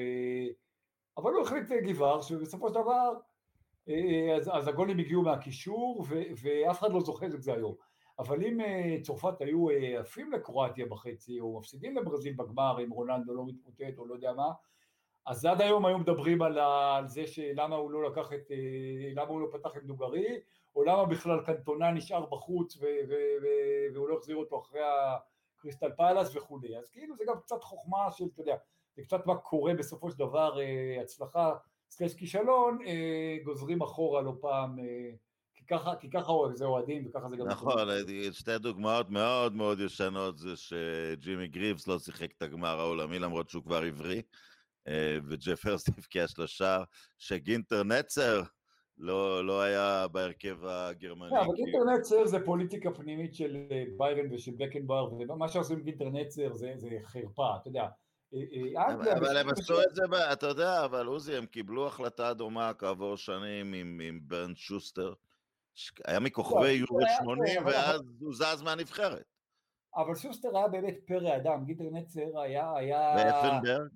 אבל הוא החליט גיוורש, ובסופו של דבר, אז הגולים הגיעו מהקישור, ואף אחד לא זוכר את זה היום. אבל אם צרפת היו עפים לקרואטיה בחצי, או מפסידים לברזיל בגמר, אם רונלדו לא מתמוטט או לא יודע מה, אז עד היום היו מדברים על זה שלמה הוא לא לקח למה הוא לא פתח עם דוגרי, או למה בכלל קנטונה נשאר בחוץ, והוא לא החזיר אותו אחרי הקריסטל פלאס וכו'. אז כאילו זה גם קצת חוכמה של, אתה יודע, זה קצת מה קורה בסופו של דבר, הצלחה, סלש כישלון, גוזרים אחורה לא פעם, כי ככה זה אוהדים, וככה זה גם... נכון, שתי דוגמאות מאוד מאוד ישנות, זה שג'ימי גריבס לא שיחק את הגמר העולמי, למרות שהוא כבר עברי, וג'ף הרסט הבקיע 3, שגינטר נצר לא היה בהרכב הגרמני. אבל גינטר נצר זה פוליטיקה פנימית של ביירן ושל בקנבאואר, ומה שעושים גינטר נצר זה חרפה, אתה יודע. אבל הם עשו את זה, אתה יודע, אבל עוזי, הם קיבלו החלטה דומה כעבור שנים עם ברן שוסטר, היה מכוכבי יורו 80, ואז הוא זז מהנבחרת. אבל שוסטר היה באמת פרא אדם, גינטר נצר היה... ואפנברג?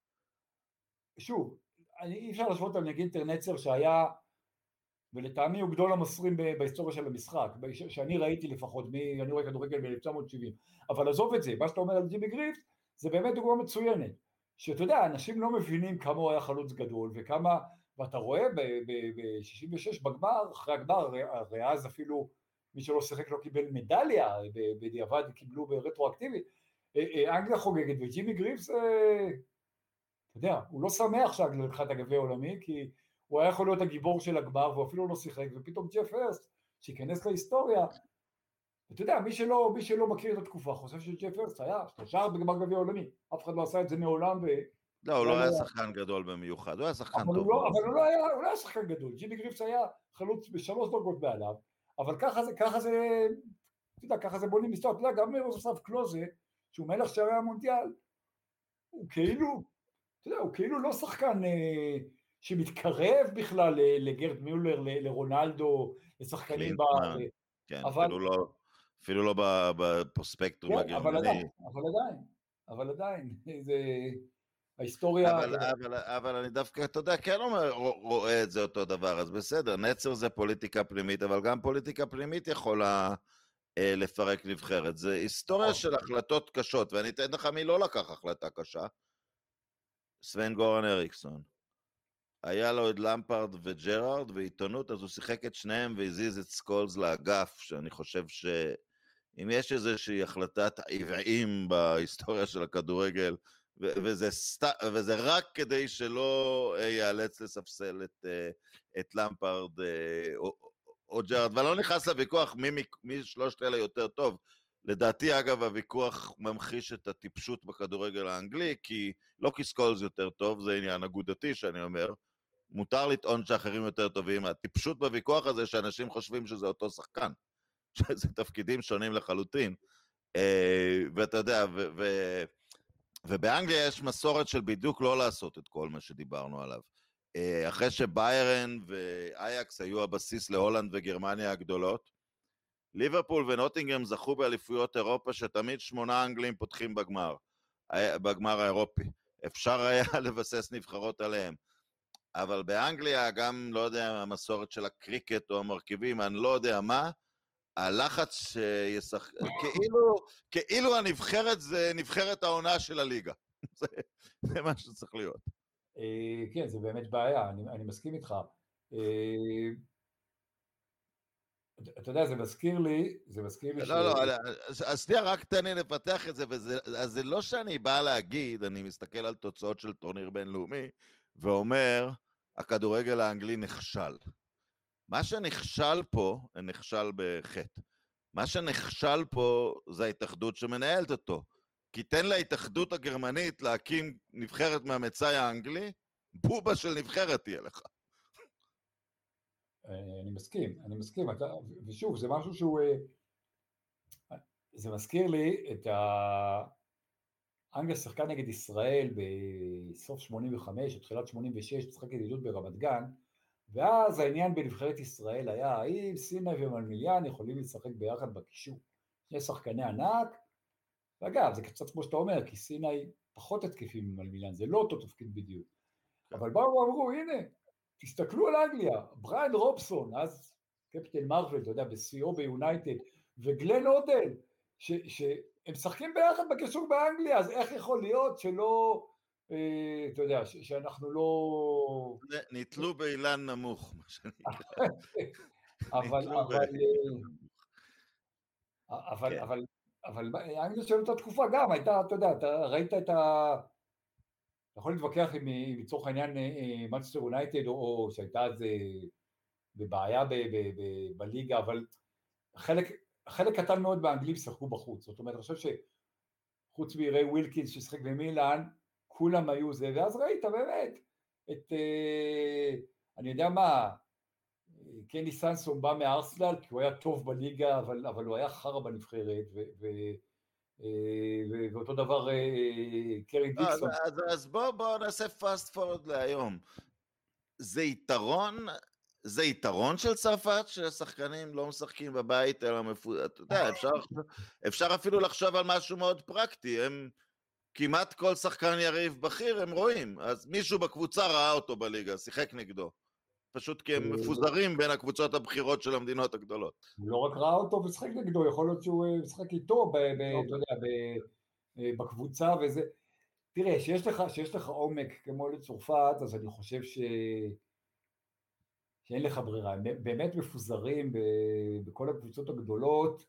שוב, אי אפשר להשוות על גינטר נצר שהיה, ולטעמי הוא גדול המוסרים בהיסטוריה של המשחק, שאני ראיתי לפחות, אני רואה כדורגל ב-1970, אבל עזוב את זה, מה שאתה אומר על ג'ימי גריבס, זה באמת דוגמה מצוינת, שאתה יודע, אנשים לא מבינים כמה הוא היה חלוץ גדול, וכמה, ואתה רואה ב-66 בגמר, אחרי הגמר, הרי אז אפילו מי שלא שיחק לא קיבל מדליה, בדיעבד קיבלו ברטרואקטיבית, אנגליה חוגגת, וג'ימי גריבס, אתה יודע, הוא לא שמח שאנגליה לקחה את הגביע העולמי, כי הוא היה יכול להיות הגיבור של הגמר, והוא אפילו לא שיחק, ופתאום ג'ף הרסט, שיכנס להיסטוריה, אתה יודע, מי שלא מכיר את התקופה, חושב שג'ף הרסט היה 3 בגמר גביע עולמי, אף אחד לא עשה את זה מעולם. לא, הוא לא היה שחקן גדול במיוחד, הוא היה שחקן טוב. אבל הוא לא היה שחקן גדול, ג'ימי גריבס היה חלוץ ב3 דרגות מעליו, אבל ככה זה בונים היסטוריה, אתה יודע, גם מירוסלב קלוזה, שהוא מלך שערי המונדיאל, הוא כאילו לא שחקן שמתקרב בכלל לגרד מיולר, לרונלדו, לשחקנים כן, אפילו לא בפרוספקטום הגרמני. אבל עדיין, זה ההיסטוריה... אבל אני דווקא, אתה יודע, כן רואה את זה אותו דבר, אז בסדר, נצר זה פוליטיקה פנימית, אבל גם פוליטיקה פנימית יכולה לפרק נבחרת. זה היסטוריה של החלטות קשות, ואני אתן לך מי לא לקח החלטה קשה. סוון גורן אריקסון. היה לו את למפרד וג'רארד ועיתונות, אז הוא שיחק את שניהם והזיז את סקולס לאגף, שאני חושב שאם יש איזושהי החלטת עוועים בהיסטוריה של הכדורגל, וזה רק כדי שלא ייאלץ לספסל את למפרד או ג'רארד, ואני לא נכנס לוויכוח מי שלושת אלה יותר טוב, לדעתי אגב הוויכוח ממחיש את הטיפשות בכדורגל האנגלי, לא כי סקולס יותר טוב, זה עניין אגודתי שאני אומר, מותר לטעון שאחרים יותר טובים, הטיפשות בוויכוח הזה שאנשים חושבים שזה אותו שחקן, שזה תפקידים שונים לחלוטין, ואתה יודע, ובאנגליה יש מסורת של בדיוק לא לעשות את כל מה שדיברנו עליו. אחרי שביירן ואייקס היו הבסיס להולנד וגרמניה הגדולות, ליברפול ונוטינגהם זכו באליפויות אירופה שתמיד 8 אנגלים פותחים בגמר האירופי. אפשר היה לבסס נבחרות עליהם. אבל באנגליה גם, לא יודע, המסורת של הקריקט או המרכיבים, אני לא יודע מה, הלחץ שישחק, כאילו הנבחרת זה נבחרת העונה של הליגה. זה מה שצריך להיות. כן, זה באמת בעיה, אני מסכים איתך. אתה יודע, זה מזכיר לי לא, אז שנייה, רק תן לי לפתח את זה, אז זה לא שאני בא להגיד, אני מסתכל על תוצאות של טורניר בינלאומי, ואומר, הכדורגל האנגלי נכשל. מה שנכשל פה, נכשל בחטא. מה שנכשל פה זה ההתאחדות שמנהלת אותו. כי תן להתאחדות הגרמנית להקים נבחרת מהמצאי האנגלי, בובה של נבחרת תהיה לך. אני מסכים, ושוב, זה משהו שהוא, זה מזכיר לי את אנגליה שיחקה נגד ישראל בסוף 85, או תחילת 86, משחק ידידות ברמת גן, ואז העניין בנבחרת ישראל היה, האם סיני ומלמיליאן יכולים לשחק ביחד בקישור. שני שחקני ענק, ואגב, זה קצת כמו שאתה אומר, כי סיני פחות התקפים ממלמיליאן, זה לא אותו תפקיד בדיוק. אבל באו ואמרו, הנה, תסתכלו על אנגליה, בריין רובסון, אז קפטן מרוול, אתה יודע, ב-CO ביונייטד, וגלן אודל, שהם משחקים ביחד בקישור באנגליה, אז איך יכול להיות שלא, אתה יודע, שאנחנו לא... ניתלו באילן נמוך, מה שנקרא. אבל אנגליה של אותה תקופה גם הייתה, אתה יודע, אתה ראית את ה... אתה יכול להתווכח עם לצורך העניין מנצ'סטר יונייטד, או שהייתה איזה בבעיה בליגה, אבל חלק קטן מאוד באנגלים שחקו בחוץ. זאת אומרת, אני חושב שחוץ מרי ווילקינס ששחק במילאן, כולם היו זה, ואז ראית באמת אני יודע מה, קני סנסון בא מארסנל, כי הוא היה טוב בליגה, אבל הוא היה חרא בנבחרת, ואותו דבר קרי דיקסון. אז בוא נעשה פאסט פורד להיום. זה יתרון של צרפת, שהשחקנים לא משחקים בבית, אלא אתה יודע, אפשר אפילו לחשוב על משהו מאוד פרקטי, הם כמעט כל שחקן יריב בכיר הם רואים, אז מישהו בקבוצה ראה אותו בליגה, שיחק נגדו. פשוט כי הם מפוזרים בין הקבוצות הבכירות של המדינות הגדולות. הוא לא רק ראה אותו ושחק נגדו, יכול להיות שהוא משחק איתו, בקבוצה וזה. תראה, שיש לך עומק כמו לצרפת, אז אני חושב שאין לך ברירה, הם באמת מפוזרים בכל הקבוצות הגדולות,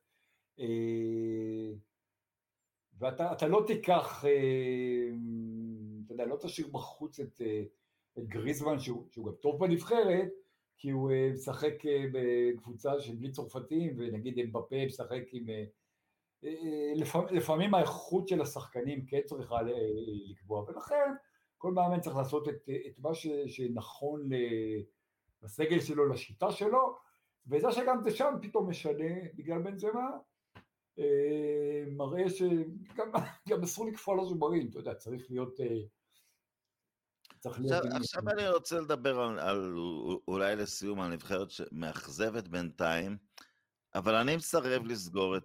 ואתה לא תיקח, אתה יודע, לא תשאיר בחוץ את גריזמן, שהוא גם טוב בנבחרת, כי הוא משחק בקבוצה של בלי צרפתים, ונגיד אמבפה משחק עם... לפעמים האיכות של השחקנים כן צריכה לקבוע, ולכן כל מאמן צריך לעשות את מה שנכון לסגל שלו, לשיטה שלו, וזה שגם דשאן פתאום משנה בגלל בנזמה, מראה שגם אסור לקפוא על השברים, אתה יודע, צריך להיות... עכשיו אני רוצה לדבר על אולי לסיום על נבחרת שמאכזבת בינתיים, אבל אני מסרב לסגור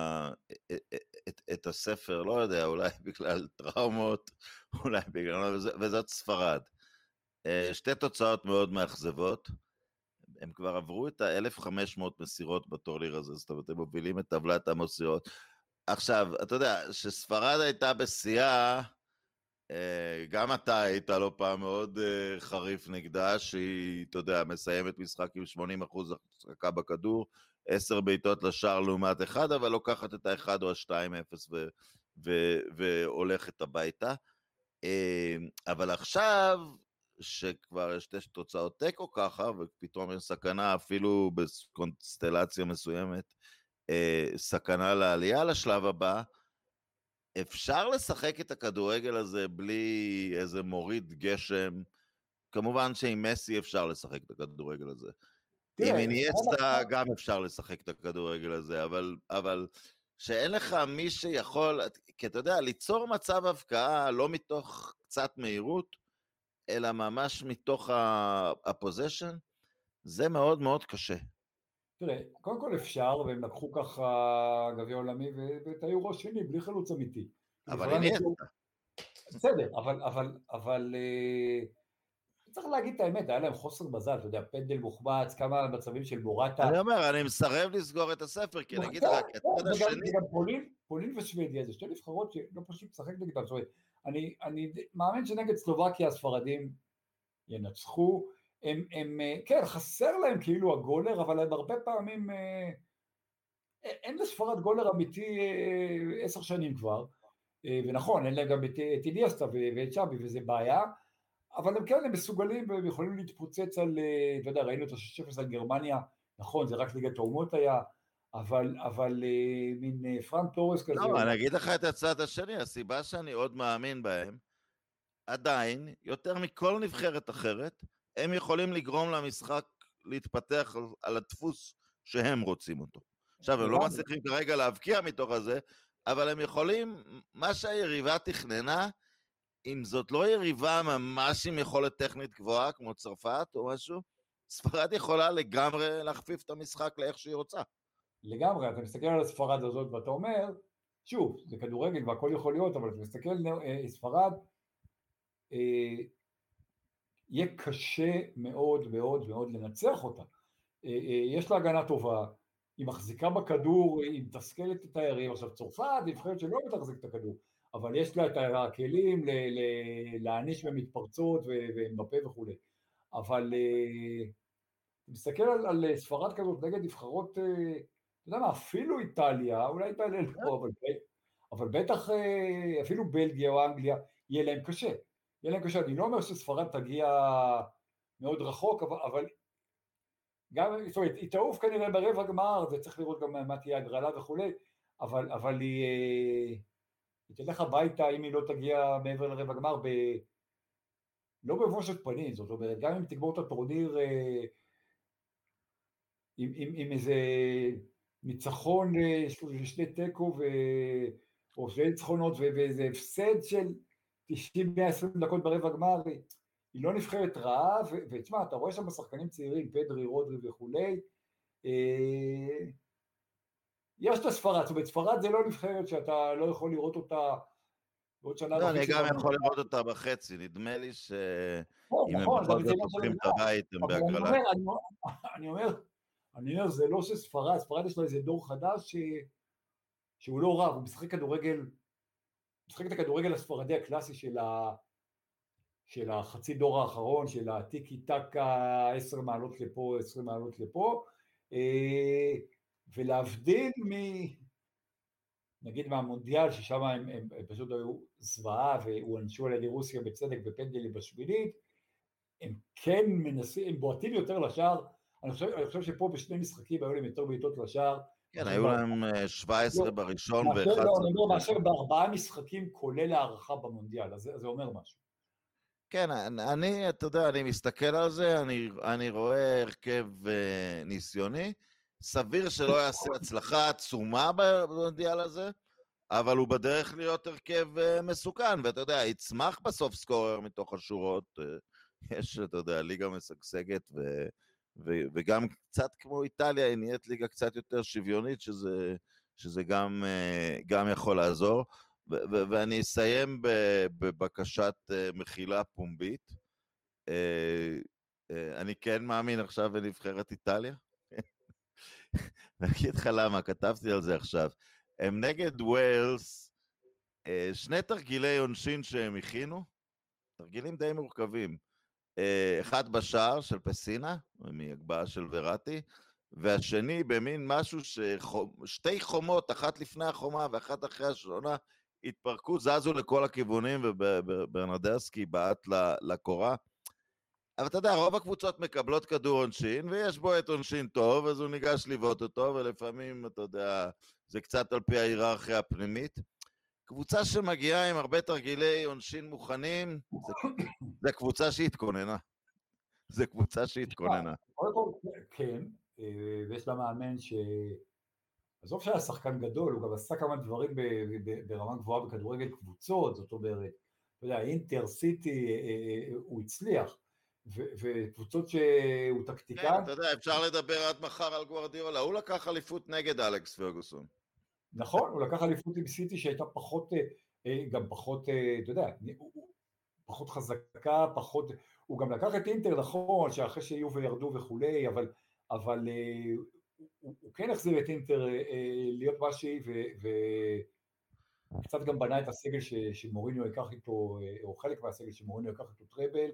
את הספר, לא יודע, אולי בגלל טראומות, אולי בגלל... וזאת ספרד. שתי תוצאות מאוד מאכזבות, הם כבר עברו את ה-1500 מסירות בטורניר הזה, זאת אומרת, הם מובילים את טבלת המסירות. עכשיו, אתה יודע, שספרד הייתה בשיאה, גם אתה היית לא פעם מאוד חריף נגדה, שהיא, אתה יודע, מסיימת משחק עם 80% החזקה בכדור, 10 בעיטות לשער לעומת 1, אבל לוקחת את ה-1 או ה-2-0 והולכת הביתה. אבל עכשיו, שכבר יש שתי תוצאות תיקו ככה, ופתאום יש סכנה אפילו בקונסטלציה מסוימת, סכנה לעלייה לשלב הבא, אפשר לשחק את הכדורגל הזה בלי איזה מוריד גשם, כמובן שעם מסי אפשר לשחק את הכדורגל הזה. עם אינייסטה גם אפשר לשחק את הכדורגל הזה, אבל שאין לך מי שיכול, כי אתה יודע, ליצור מצב הבקעה לא מתוך קצת מהירות, אלא ממש מתוך הפוזיישן, זה מאוד מאוד קשה. תראה, קודם כל אפשר, והם לקחו ככה גביע עולמי ואת היורו השני, בלי חלוץ אמיתי. אבל הנה אתה. בסדר, אבל צריך להגיד את האמת, היה להם חוסר מזל, אתה יודע, פנדל מוחמץ, כמה מצבים של מורטה. אני אומר, אני מסרב לסגור את הספר, כי נגיד לך, כי הצד השני... וגם פולין ושוודיה, זה שתי נבחרות שלא פשוט לשחק נגדם, זאת אומרת, אני מאמין שנגד סלובקיה הספרדים ינצחו, הם, כן, חסר להם כאילו הגולר, אבל הם הרבה פעמים, אין לספרד גולר אמיתי 10 שנים כבר, ונכון, אין להם גם את איניאסטה ואת שבי, וזה בעיה, אבל הם כן, הם מסוגלים והם יכולים להתפוצץ על, אתה יודע, ראינו את ה-6-0 על גרמניה, נכון, זה רק ליגת האומות היה, אבל מין פרנק טורס כזה. לא, אני אגיד לך את הצד השני, הסיבה שאני עוד מאמין בהם, עדיין, יותר מכל נבחרת אחרת, הם יכולים לגרום למשחק להתפתח על הדפוס שהם רוצים אותו. עכשיו, הם לא מצליחים כרגע להבקיע מתוך הזה, אבל הם יכולים, מה שהיריבה תכננה, אם זאת לא יריבה ממש עם יכולת טכנית גבוהה, כמו צרפת או משהו, ספרד יכולה לגמרי להכפיף את המשחק לאיך שהיא רוצה. לגמרי, אתה מסתכל על הספרד הזאת ואתה אומר, שוב, זה כדורגל והכל יכול להיות, אבל אתה מסתכל על ספרד, יהיה קשה מאוד מאוד מאוד לנצח אותה. יש לה הגנה טובה, היא מחזיקה בכדור, היא מתסכלת את היריב, עכשיו צרפת, היא נבחרת שלא מתחזק את הכדור, אבל יש לה את הכלים להעניש במתפרצות ומבפה וכו'. אבל מסתכל על ספרד כזאת נגד נבחרות, אתה יודע מה, אפילו איטליה, אולי איטליה לא, אבל בטח אפילו בלגיה או אנגליה, יהיה להם קשה. יהיה להם קשה, אני לא אומר שספרד תגיע מאוד רחוק, אבל גם, זאת אומרת, היא תעוף כנראה ברבע גמר, זה צריך לראות גם מה תהיה הגרלה וכו', אבל היא תלך הביתה אם היא לא תגיע מעבר לרבע גמר, לא בבושת פנים, זאת אומרת, גם אם תגמור את הטורניר עם איזה ניצחון, שני תיקו או שני ניצחונות ואיזה הפסד של 90-120 דקות ברבע גמר, היא לא נבחרת רעה, ותשמע, אתה רואה שם שחקנים צעירים, פדרי, רודרי וכולי, יש את הספרד, זאת אומרת, ספרד זה לא נבחרת שאתה לא יכול לראות אותה בעוד שנה. לא, אני גם יכול לראות אותה בחצי, נדמה לי שאם הם בכל זאת הופכים את הבית, הם בהגרלה. אני אומר, זה לא שספרד, ספרד יש לה איזה דור חדש שהוא לא רב, הוא משחק כדורגל, משחק את הכדורגל הספרדי הקלאסי של החצי דור האחרון, של הטיקי טקה, 10 מעלות לפה, 20 מעלות לפה, ולהבדיל נגיד מהמונדיאל, ששם הם פשוט היו זוועה, והואנשו על ידי רוסיה בצדק בפנדלים בשמינית, הם כן מנסים, הם בועטים יותר לשער, אני חושב שפה בשני משחקים היו להם יותר בעיטות לשער. כן, היו להם 17 בראשון ו-11. לא, מאשר ב4 משחקים כולל הערכה במונדיאל, אז זה אומר משהו. כן, אתה יודע, אני מסתכל על זה, אני רואה הרכב ניסיוני, סביר שלא יעשה הצלחה עצומה במונדיאל הזה, אבל הוא בדרך להיות הרכב מסוכן, ואתה יודע, יצמח בסוף סקורר מתוך השורות, יש, אתה יודע, ליגה משגשגת, וגם קצת כמו איטליה, היא נהיית ליגה קצת יותר שוויונית, שזה גם יכול לעזור, ואני אסיים בבקשת מחילה פומבית, אני כן מאמין עכשיו בנבחרת איטליה, ואגיד לך למה, כתבתי על זה עכשיו, הם נגד ווילס, 2 תרגילי עונשין שהם הכינו, תרגילים די מורכבים, אחד בשער של פסינה, מהגבהה של וראטי, והשני במין משהו שתי חומות, אחת לפני החומה ואחת אחרי השלונה, התפרקו, זזו לכל הכיוונים, וברנדסקי בעט לקורה. אבל אתה יודע, רוב הקבוצות מקבלות כדור עונשין, ויש בו את עונשין טוב, אז הוא ניגש לבעוט אותו, ולפעמים, אתה יודע, זה קצת על פי ההיררכיה הפנימית. קבוצה שמגיעה עם הרבה תרגילי עונשין מוכנים, זה קבוצה שהתכוננה. זה קבוצה שהתכוננה. כן, ויש לה מאמן עזוב שהיה שחקן גדול, הוא גם עשה כמה דברים ברמה גבוהה בכדורגל קבוצות, זאת אומרת, אתה יודע, אינטר, סיטי, הוא הצליח, וקבוצות שהוא כן, טקטיקן. אתה יודע, אפשר לדבר עד מחר על גוארדיולה, הוא לקח אליפות נגד אלכס פרגוסון. נכון, הוא לקח אליפות עם סיטי שהייתה פחות, גם פחות, אתה יודע, פחות חזקה, פחות, הוא גם לקח את אינטר, נכון, שאחרי שיהיו וירדו וכולי, אבל הוא כן החזיר את אינטר להיות מה שהיא, וקצת גם בנה את הסגל שמוריניו ייקח איתו, או חלק מהסגל שמוריניו ייקח איתו טראבל.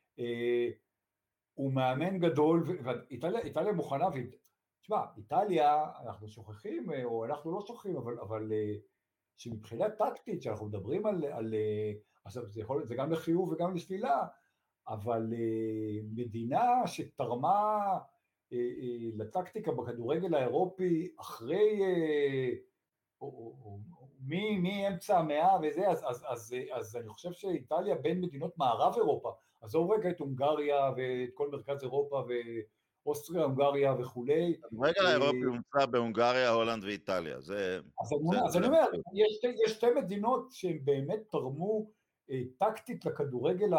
הוא מאמן גדול, ואיטליה מוכנה, תשמע, איטליה, אנחנו שוכחים, או אנחנו לא שוכחים, אבל שמבחינה טקטית, שאנחנו מדברים על עכשיו זה גם לחיוב וגם לשלילה, אבל מדינה שתרמה לטקטיקה בכדורגל האירופי אחרי, מאמצע המאה וזה, אז אני חושב שאיטליה בין מדינות מערב אירופה, עזוב רגע את הונגריה ואת כל מרכז אירופה ואוסטריה, הונגריה וכולי. הכדורגל האירופי הומצא בהונגריה, הולנד ואיטליה. אז אני אומר, יש שתי מדינות שהן באמת תרמו טקטית לכדורגל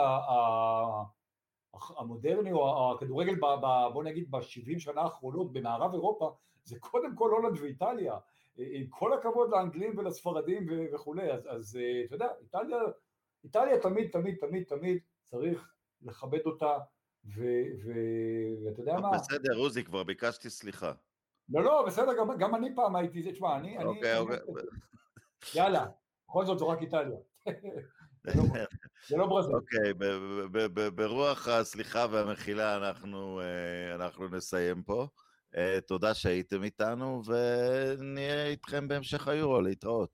המודרני, או הכדורגל, בוא נגיד, ב-70 שנה האחרונות במערב אירופה, זה קודם כל הולנד ואיטליה. עם כל הכבוד לאנגלים ולספרדים וכולי, אז אתה יודע, איטליה תמיד, תמיד, תמיד, תמיד צריך לכבד אותה, ואתה יודע מה? בסדר, עוזי, כבר ביקשתי סליחה. לא, בסדר, גם אני פעם הייתי, תשמע, אני... יאללה, בכל זאת זו רק איטליה. זה לא ברזיל. אוקיי, ברוח הסליחה והמחילה אנחנו נסיים פה. תודה שהייתם איתנו, ונהיה איתכם בהמשך היורו, להתראות.